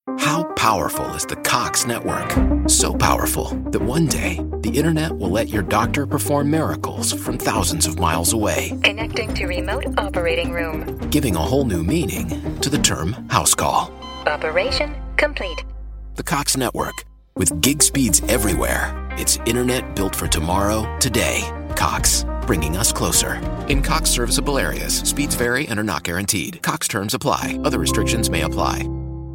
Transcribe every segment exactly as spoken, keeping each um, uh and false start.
How powerful is the Cox network? So powerful that one day, the internet will let your doctor perform miracles from thousands of miles away. Connecting to remote operating room. Giving a whole new meaning to the term house call. Operation complete. The Cox network. With gig speeds everywhere. It's internet built for tomorrow, today. Cox, bringing us closer. In Cox serviceable areas, speeds vary and are not guaranteed. Cox terms apply. Other restrictions may apply.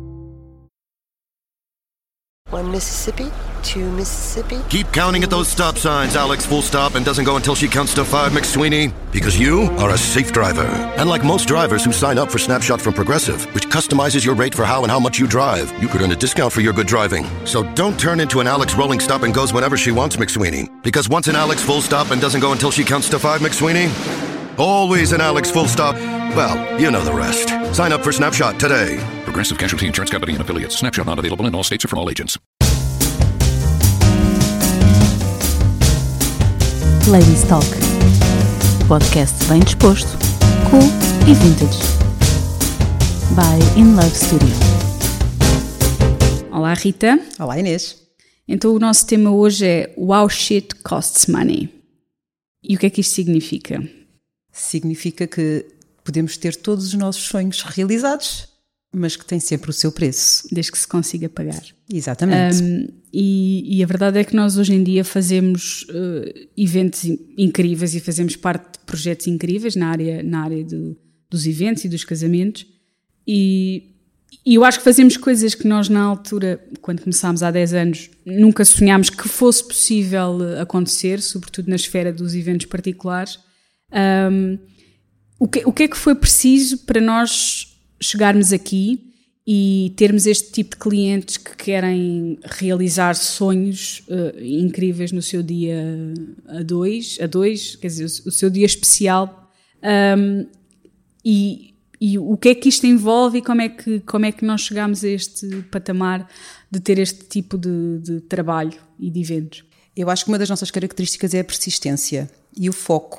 One Mississippi, two Mississippi. Keep counting at those stop signs, Alex. Full stop and doesn't go until she counts to five, McSweeney. Because you are a safe driver. And like most drivers who sign up for Snapshot from Progressive, which customizes your rate for how and how much you drive, you could earn a discount for your good driving. So don't turn into an Alex rolling stop and goes whenever she wants, McSweeney. Because once an Alex full stop and doesn't go until she counts to five, McSweeney, always an Alex full stop. Well, you know the rest. Sign up for Snapshot today. Progressive Casualty Insurance Company and affiliates. Snapshot not available in all states or from all agents. Ladies Talk. Podcast bem disposto, cool e vintage. By In Love Studio. Olá Rita. Olá Inês. Então o nosso tema hoje é Wow Shit Costs Money. E o que é que isto significa? Significa que podemos ter todos os nossos sonhos realizados, mas que tem sempre o seu preço. Desde que se consiga pagar. Exatamente. Um, e, e a verdade é que nós hoje em dia fazemos uh, eventos incríveis e fazemos parte de projetos incríveis na área, na área do, dos eventos e dos casamentos. E, e eu acho que fazemos coisas que nós na altura, quando começámos há dez anos, nunca sonhámos que fosse possível acontecer, sobretudo na esfera dos eventos particulares. Um, o, que, o que é que foi preciso para nós chegarmos aqui e termos este tipo de clientes que querem realizar sonhos uh, incríveis no seu dia a dois, a dois, quer dizer, o, o seu dia especial, um, e, e o que é que isto envolve e como é que, como é que nós chegamos a este patamar de ter este tipo de, de trabalho e de eventos? Eu acho que uma das nossas características é a persistência e o foco,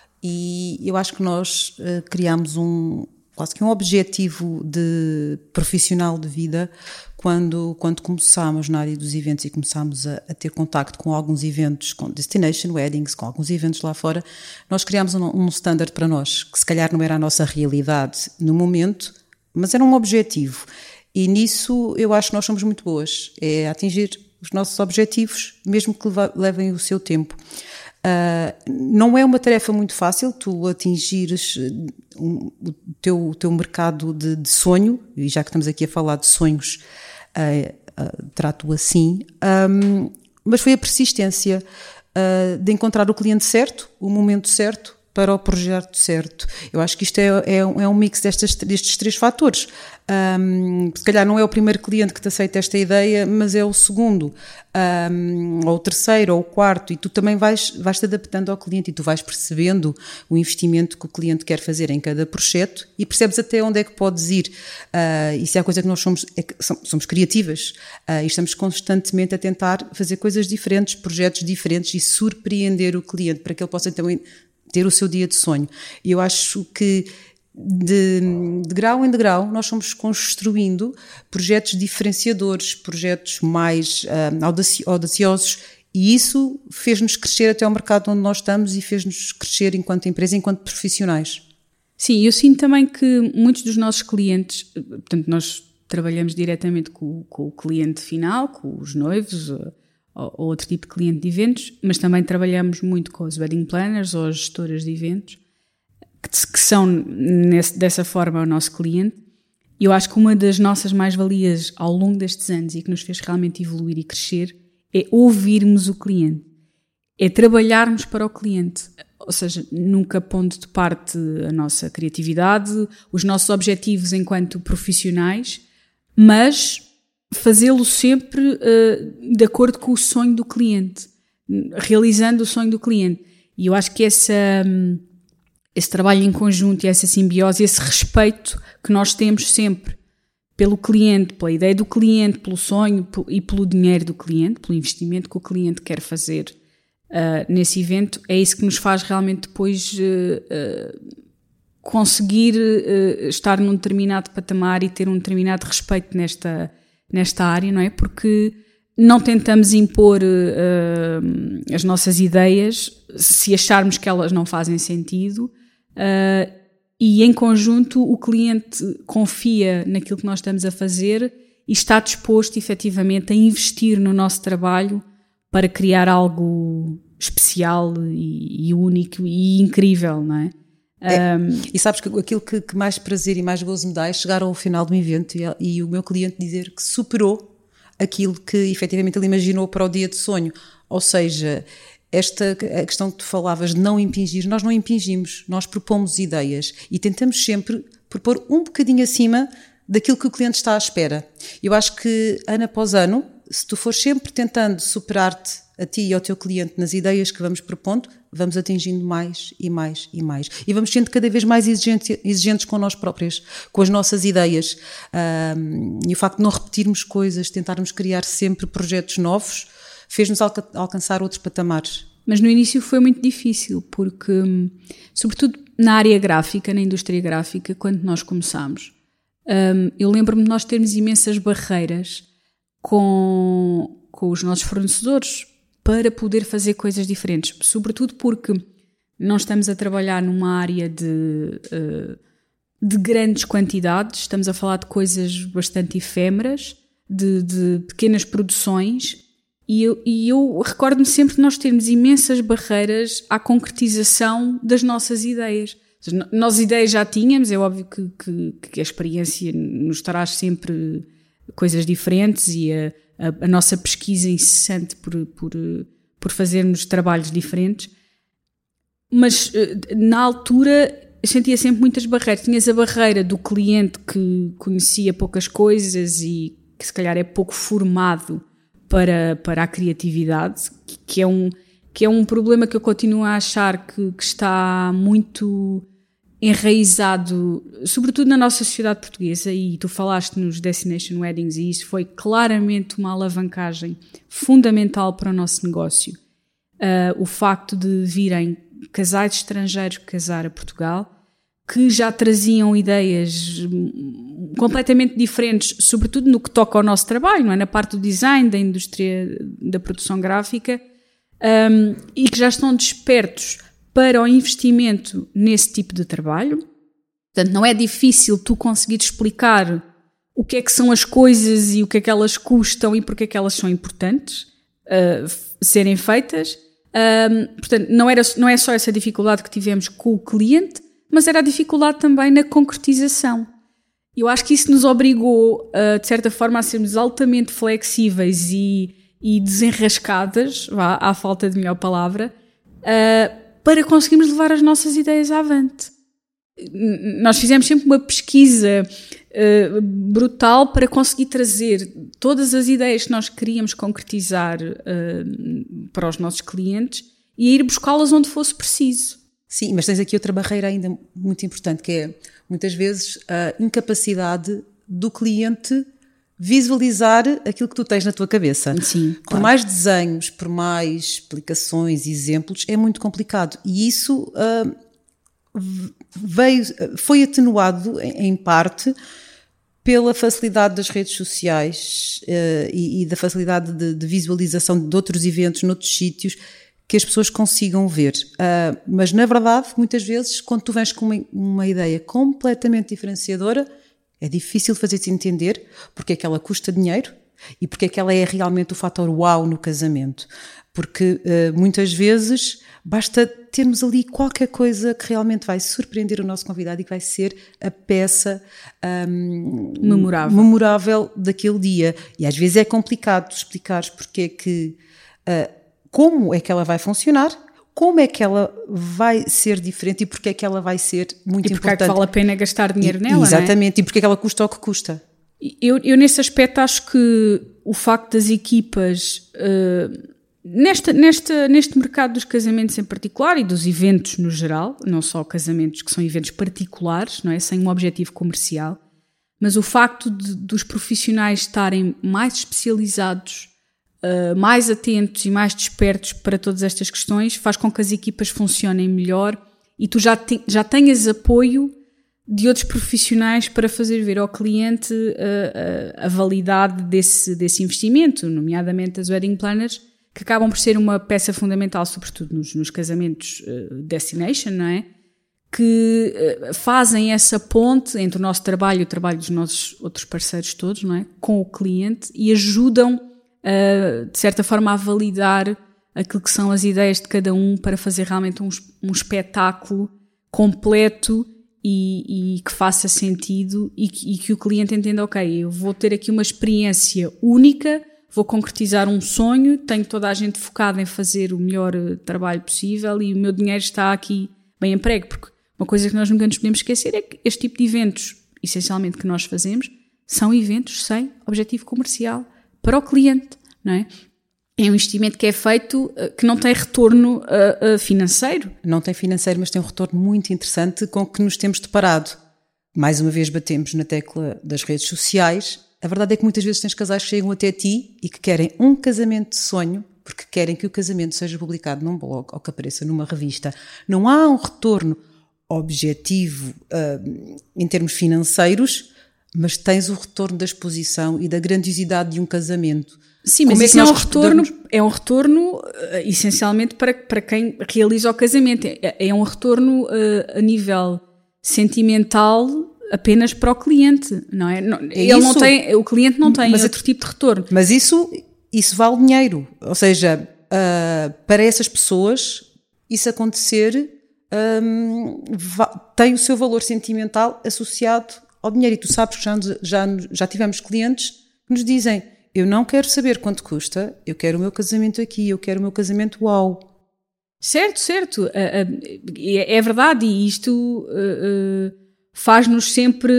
e eu acho que nós uh, criamos um quase que um objetivo de profissional de vida quando, quando começámos na área dos eventos e começámos a, a ter contacto com alguns eventos, com destination weddings, com alguns eventos lá fora. Nós criámos um, um standard para nós, que se calhar não era a nossa realidade no momento, mas era um objetivo. E nisso eu acho que nós somos muito boas, é atingir os nossos objetivos, mesmo que levem o seu tempo. Uh, não é uma tarefa muito fácil tu atingires um, o, teu, o teu mercado de, de sonho, e já que estamos aqui a falar de sonhos, uh, uh, trato assim, um, mas foi a persistência uh, de encontrar o cliente certo, o momento certo para o projeto certo. Eu acho que isto é, é, é um mix destes, destes três fatores. Um, se calhar não é o primeiro cliente que te aceita esta ideia, mas é o segundo, um, ou o terceiro, ou o quarto, e tu também vais, vais te adaptando ao cliente e tu vais percebendo o investimento que o cliente quer fazer em cada projeto e percebes até onde é que podes ir. Uh, isso é a coisa que nós somos, é que somos criativas, uh, e estamos constantemente a tentar fazer coisas diferentes, projetos diferentes e surpreender o cliente para que ele possa também ter o seu dia de sonho. E eu acho que De, de grau em degrau nós fomos construindo projetos diferenciadores, projetos mais uh, audaci- audaciosos, e isso fez-nos crescer até ao mercado onde nós estamos e fez-nos crescer enquanto empresa, enquanto profissionais. Sim, eu sinto também que muitos dos nossos clientes, portanto nós trabalhamos diretamente com, com o cliente final, com os noivos ou, ou outro tipo de cliente de eventos, mas também trabalhamos muito com os wedding planners ou as gestoras de eventos, que são nesse, dessa forma o nosso cliente. E eu acho que uma das nossas mais-valias ao longo destes anos e que nos fez realmente evoluir e crescer é ouvirmos o cliente, é trabalharmos para o cliente, ou seja, nunca pondo de parte a nossa criatividade, os nossos objetivos enquanto profissionais, mas fazê-lo sempre uh, de acordo com o sonho do cliente, realizando o sonho do cliente. E eu acho que essa... Um, esse trabalho em conjunto e essa simbiose, esse respeito que nós temos sempre pelo cliente, pela ideia do cliente, pelo sonho e pelo dinheiro do cliente, pelo investimento que o cliente quer fazer uh, nesse evento, é isso que nos faz realmente depois uh, uh, conseguir uh, estar num determinado patamar e ter um determinado respeito nesta, nesta área, não é? Porque não tentamos impor uh, as nossas ideias se acharmos que elas não fazem sentido, uh, e em conjunto o cliente confia naquilo que nós estamos a fazer e está disposto efetivamente a investir no nosso trabalho para criar algo especial e, e único e incrível, não é? É, um, e sabes que aquilo que, que mais prazer e mais gozo me dá é chegar ao final de um evento e, e o meu cliente dizer que superou aquilo que efetivamente ele imaginou para o dia de sonho. Ou seja, esta a questão que tu falavas de não impingir, nós não impingimos, nós propomos ideias e tentamos sempre propor um bocadinho acima daquilo que o cliente está à espera. Eu acho que ano após ano, se tu fores sempre tentando superar-te a ti e ao teu cliente nas ideias que vamos propondo, vamos atingindo mais e mais e mais. E vamos sendo cada vez mais exigentes, exigentes com nós próprios, com as nossas ideias. Um, e o facto de não repetirmos coisas, tentarmos criar sempre projetos novos, fez-nos alca- alcançar outros patamares. Mas no início foi muito difícil, porque, sobretudo na área gráfica, na indústria gráfica, quando nós começámos, um, eu lembro-me de nós termos imensas barreiras com, com os nossos fornecedores para poder fazer coisas diferentes, sobretudo porque não estamos a trabalhar numa área de, de grandes quantidades, estamos a falar de coisas bastante efêmeras, de, de pequenas produções, e eu, e eu recordo-me sempre de nós termos imensas barreiras à concretização das nossas ideias. Nós ideias já tínhamos, é óbvio que, que, que a experiência nos traz sempre coisas diferentes e a A, a nossa pesquisa incessante por, por, por fazermos trabalhos diferentes, mas na altura eu sentia sempre muitas barreiras. Tinhas a barreira do cliente que conhecia poucas coisas e que se calhar é pouco formado para, para a criatividade, que, que, é um, que é um problema que eu continuo a achar que, que está muito enraizado, sobretudo na nossa sociedade portuguesa, e tu falaste nos Destination Weddings, e isso foi claramente uma alavancagem fundamental para o nosso negócio. Uh, o facto de virem casais estrangeiros casar a Portugal, que já traziam ideias completamente diferentes, sobretudo no que toca ao nosso trabalho, não é? Na parte do design, da indústria da produção gráfica, um, e que já estão despertos para o investimento nesse tipo de trabalho. Portanto, não é difícil tu conseguir explicar o que é que são as coisas e o que é que elas custam e porque é que elas são importantes uh, serem feitas. Um, portanto, não, era, não é só essa dificuldade que tivemos com o cliente, mas era a dificuldade também na concretização. Eu acho que isso nos obrigou, uh, de certa forma, a sermos altamente flexíveis e, e desenrascadas, vá, à falta de melhor palavra, uh, para conseguirmos levar as nossas ideias avante. Nós fizemos sempre uma pesquisa uh, brutal para conseguir trazer todas as ideias que nós queríamos concretizar uh, para os nossos clientes e ir buscá-las onde fosse preciso. Sim, mas tens aqui outra barreira ainda muito importante, que é, muitas vezes, a incapacidade do cliente visualizar aquilo que tu tens na tua cabeça. Sim, claro. Por mais desenhos, por mais explicações, exemplos, é muito complicado. E isso uh, veio, foi atenuado, em parte, pela facilidade das redes sociais uh, e, e da facilidade de, de visualização de outros eventos noutros sítios que as pessoas consigam ver. Uh, mas, na verdade, muitas vezes, quando tu vens com uma, uma ideia completamente diferenciadora, é difícil fazer-te entender porque é que ela custa dinheiro e porque é que ela é realmente o fator uau no casamento. Porque uh, muitas vezes basta termos ali qualquer coisa que realmente vai surpreender o nosso convidado e que vai ser a peça um, memorável. memorável daquele dia. E às vezes é complicado explicares porque é que, uh, como é que ela vai funcionar, como é que ela vai ser diferente e porque é que ela vai ser muito e porque importante. É que vale a pena gastar dinheiro e, nela, exatamente, não é? E porque é que ela custa o que custa. Eu, eu nesse aspecto acho que o facto das equipas, uh, nesta, nesta, neste mercado dos casamentos em particular e dos eventos no geral, não só casamentos que são eventos particulares, não é? Sem um objetivo comercial, mas o facto de, dos profissionais estarem mais especializados, Uh, mais atentos e mais despertos para todas estas questões faz com que as equipas funcionem melhor e tu já, te, já tenhas apoio de outros profissionais para fazer ver ao cliente a, a, a validade desse, desse investimento, nomeadamente as wedding planners, que acabam por ser uma peça fundamental, sobretudo nos, nos casamentos uh, destination, não é? Que uh, fazem essa ponte entre o nosso trabalho e o trabalho dos nossos outros parceiros todos, não é? Com o cliente, e ajudam, uh, de certa forma, a validar aquilo que são as ideias de cada um para fazer realmente um, um espetáculo completo e, e que faça sentido e que, e que o cliente entenda, ok, eu vou ter aqui uma experiência única, vou concretizar um sonho, tenho toda a gente focada em fazer o melhor trabalho possível e o meu dinheiro está aqui bem emprego, porque uma coisa que nós nunca nos podemos esquecer é que este tipo de eventos, essencialmente que nós fazemos, são eventos sem objetivo comercial para o cliente, não é? É um investimento que é feito que não tem retorno uh, uh, financeiro. Não tem financeiro, mas tem um retorno muito interessante com que nos temos deparado. Mais uma vez batemos na tecla das redes sociais. A verdade é que muitas vezes tens casais que chegam até ti e que querem um casamento de sonho, porque querem que o casamento seja publicado num blog ou que apareça numa revista. Não há um retorno objetivo uh, em termos financeiros, mas tens o retorno da exposição e da grandiosidade de um casamento. Sim, mas isso é, é, um retorno, é um retorno uh, essencialmente para, para quem realiza o casamento. É, é um retorno uh, a nível sentimental apenas para o cliente, não é? Não, é ele não tem, o cliente não tem mas outro tipo de retorno. Mas isso, isso vale dinheiro. Ou seja, uh, para essas pessoas, isso acontecer um, tem o seu valor sentimental associado ao dinheiro. E tu sabes que já, já, já tivemos clientes que nos dizem: eu não quero saber quanto custa, eu quero o meu casamento aqui, eu quero o meu casamento uau. Certo, certo. É verdade, e isto faz-nos sempre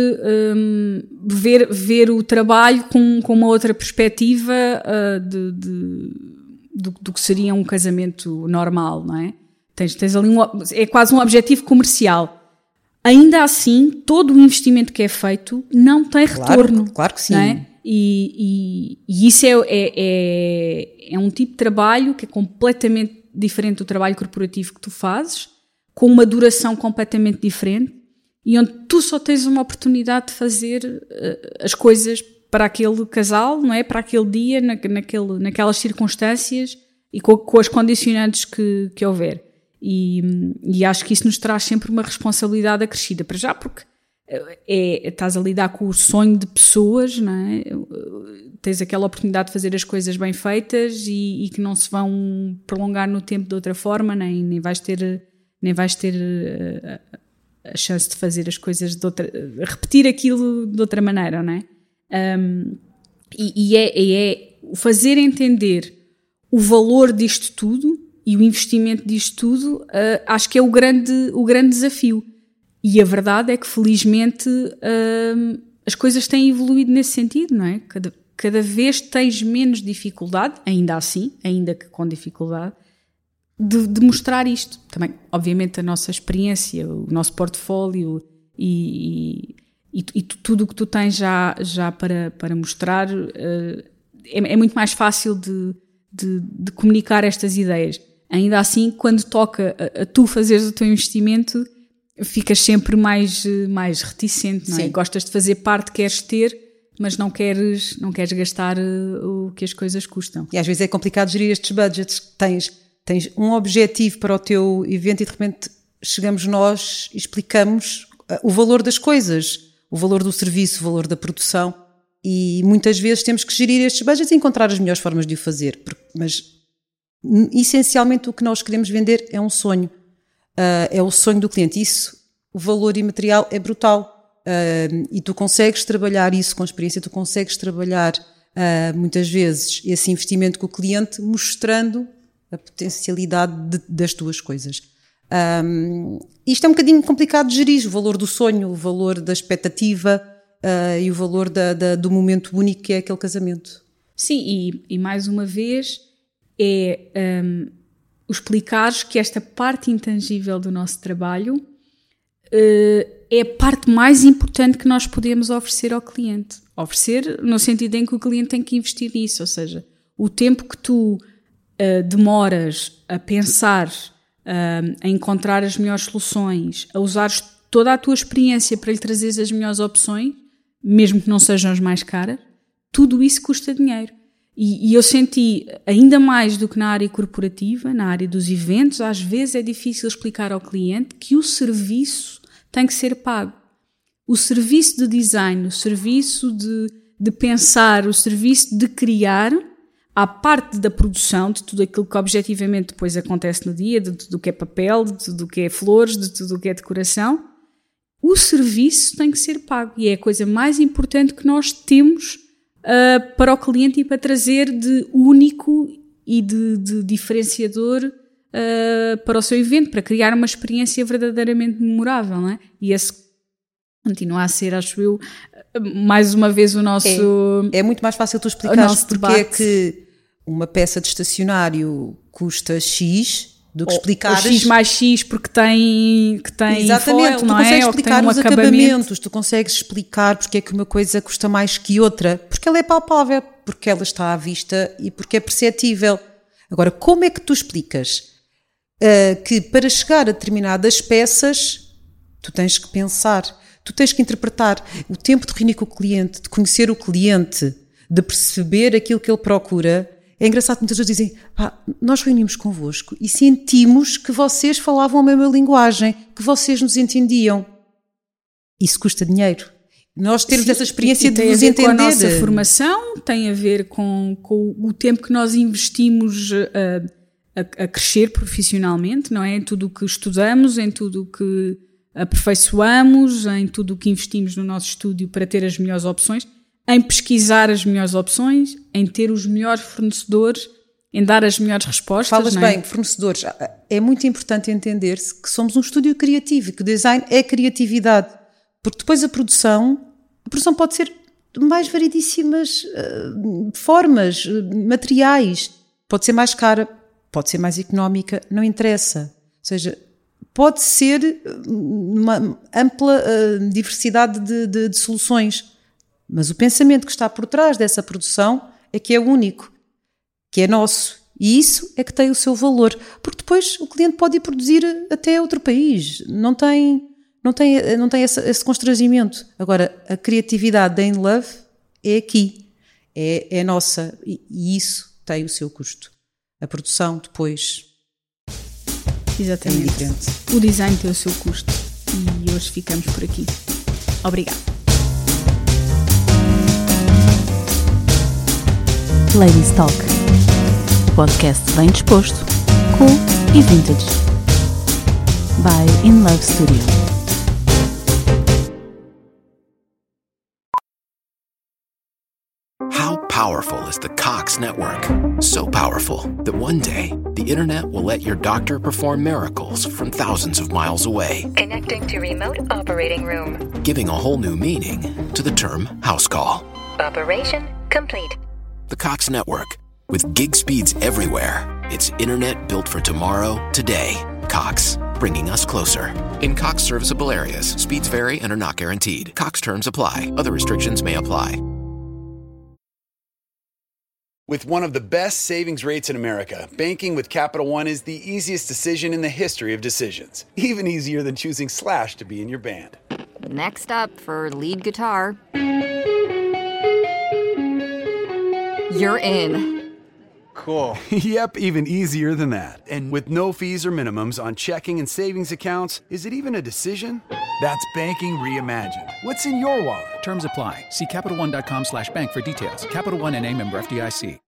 ver, ver o trabalho com, com uma outra perspectiva de, de, do, do que seria um casamento normal, não é? Tens, tens ali um, é quase um objetivo comercial. Ainda assim, todo o investimento que é feito não tem retorno. Claro, claro que sim. Não é? E, e, e isso é, é, é, é um tipo de trabalho que é completamente diferente do trabalho corporativo que tu fazes, com uma duração completamente diferente e onde tu só tens uma oportunidade de fazer uh, as coisas para aquele casal, não é? Para aquele dia, na, naquele, naquelas circunstâncias e com, com as condicionantes que, que houver. E, e acho que isso nos traz sempre uma responsabilidade acrescida, para já porque É, estás a lidar com o sonho de pessoas, não é? Tens aquela oportunidade de fazer as coisas bem feitas e, e que não se vão prolongar no tempo de outra forma, nem, nem vais ter, nem vais ter a, a chance de fazer as coisas de outra, repetir aquilo de outra maneira, não é? Um, e, e é, é fazer entender o valor disto tudo e o investimento disto tudo, uh, acho que é o grande, o grande desafio. E a verdade é que, felizmente, hum, as coisas têm evoluído nesse sentido, não é? Cada, cada vez tens menos dificuldade, ainda assim, ainda que com dificuldade, de, de mostrar isto. Também, obviamente, a nossa experiência, o nosso portfólio e, e, e tudo o que tu tens já, já para, para mostrar uh, é, é muito mais fácil de, de, de comunicar estas ideias. Ainda assim, quando toca a, a tu fazeres o teu investimento, ficas sempre mais, mais reticente, não é? Sim. Gostas de fazer parte, queres ter, mas não queres, não queres gastar o que as coisas custam. E às vezes é complicado gerir estes budgets. Tens, tens um objetivo para o teu evento e de repente chegamos nós e explicamos o valor das coisas, o valor do serviço, o valor da produção, e muitas vezes temos que gerir estes budgets e encontrar as melhores formas de o fazer. Mas essencialmente o que nós queremos vender é um sonho. Uh, é o sonho do cliente. Isso, o valor imaterial é brutal. Uh, e tu consegues trabalhar isso com experiência, tu consegues trabalhar uh, muitas vezes esse investimento com o cliente mostrando a potencialidade de, das tuas coisas. Um, isto é um bocadinho complicado de gerir, o valor do sonho, o valor da expectativa uh, e o valor da, da, do momento único que é aquele casamento. Sim, e, e mais uma vez é... Um, o explicares que esta parte intangível do nosso trabalho uh, é a parte mais importante que nós podemos oferecer ao cliente. Oferecer no sentido em que o cliente tem que investir nisso, ou seja, o tempo que tu uh, demoras a pensar, uh, a encontrar as melhores soluções, a usar toda a tua experiência para lhe trazeres as melhores opções, mesmo que não sejam as mais caras, tudo isso custa dinheiro. E, e eu senti, ainda mais do que na área corporativa, na área dos eventos, às vezes é difícil explicar ao cliente que o serviço tem que ser pago. O serviço de design, o serviço de, de pensar, o serviço de criar, à parte da produção, de tudo aquilo que objetivamente depois acontece no dia, de tudo o que é papel, de tudo o que é flores, de tudo o que é decoração, o serviço tem que ser pago. E é a coisa mais importante que nós temos uh, para o cliente e para trazer de único e de, de diferenciador uh, para o seu evento, para criar uma experiência verdadeiramente memorável, não é? E esse continua a ser, acho eu, mais uma vez o nosso... É, é muito mais fácil tu explicares porque debate. É que uma peça de estacionário custa X do que explicar... X mais X porque tem, que tem Exatamente, foil, tu não consegues é? explicar um os acabamentos, tu consegues explicar porque é que uma coisa custa mais que outra, porque ela é palpável, porque ela está à vista e porque é perceptível. Agora, como é que tu explicas uh, que para chegar a determinadas peças tu tens que pensar, tu tens que interpretar o tempo de reunir com o cliente, de conhecer o cliente, de perceber aquilo que ele procura. É engraçado que muitas vezes dizem, ah, nós reunimos convosco e sentimos que vocês falavam a mesma linguagem, que vocês nos entendiam. Isso custa dinheiro. Nós temos Sim, essa experiência de nos entender. Tem a ver com a nossa formação, tem a ver com, com o tempo que nós investimos a, a, a crescer profissionalmente, não é? Em tudo o que estudamos, em tudo o que aperfeiçoamos, em tudo o que investimos no nosso estúdio para ter as melhores opções, em pesquisar as melhores opções, em ter os melhores fornecedores, em dar as melhores respostas. Falas não é? bem, fornecedores. É muito importante entender-se que somos um estúdio criativo e que o design é criatividade. Porque depois a produção, a produção pode ser de mais variedíssimas uh, formas, uh, materiais. Pode ser mais cara, pode ser mais económica, não interessa. Ou seja, pode ser uma ampla uh, diversidade de, de, de soluções. Mas o pensamento que está por trás dessa produção é que é único, que é nosso. E isso é que tem o seu valor. Porque depois o cliente pode ir produzir até outro país. Não tem, não tem, não tem esse, esse constrangimento. Agora, a criatividade da In Love é aqui. É, é nossa. E, e isso tem o seu custo. A produção depois Exatamente. é diferente. O design tem o seu custo. E hoje ficamos por aqui. Obrigada. Ladies Talk, podcast bem disposto, cool e vintage. By In Love Studio. How powerful is the Cox network? So powerful that one day the internet will let your doctor perform miracles from thousands of miles away. Connecting to remote operating room. Giving a whole new meaning to the term house call. Operation complete. The Cox network. With gig speeds everywhere, it's internet built for tomorrow, today. Cox, bringing us closer. In Cox serviceable areas, speeds vary and are not guaranteed. Cox terms apply. Other restrictions may apply. With one of the best savings rates in America, banking with Capital One is the easiest decision in the history of decisions. Even easier than choosing Slash to be in your band. Next up for lead guitar. You're in. Cool. Yep, even easier than that. And with no fees or minimums on checking and savings accounts, is it even a decision? That's banking reimagined. What's in your wallet? Terms apply. See CapitalOne.com slash bank for details. Capital One N A member F D I C.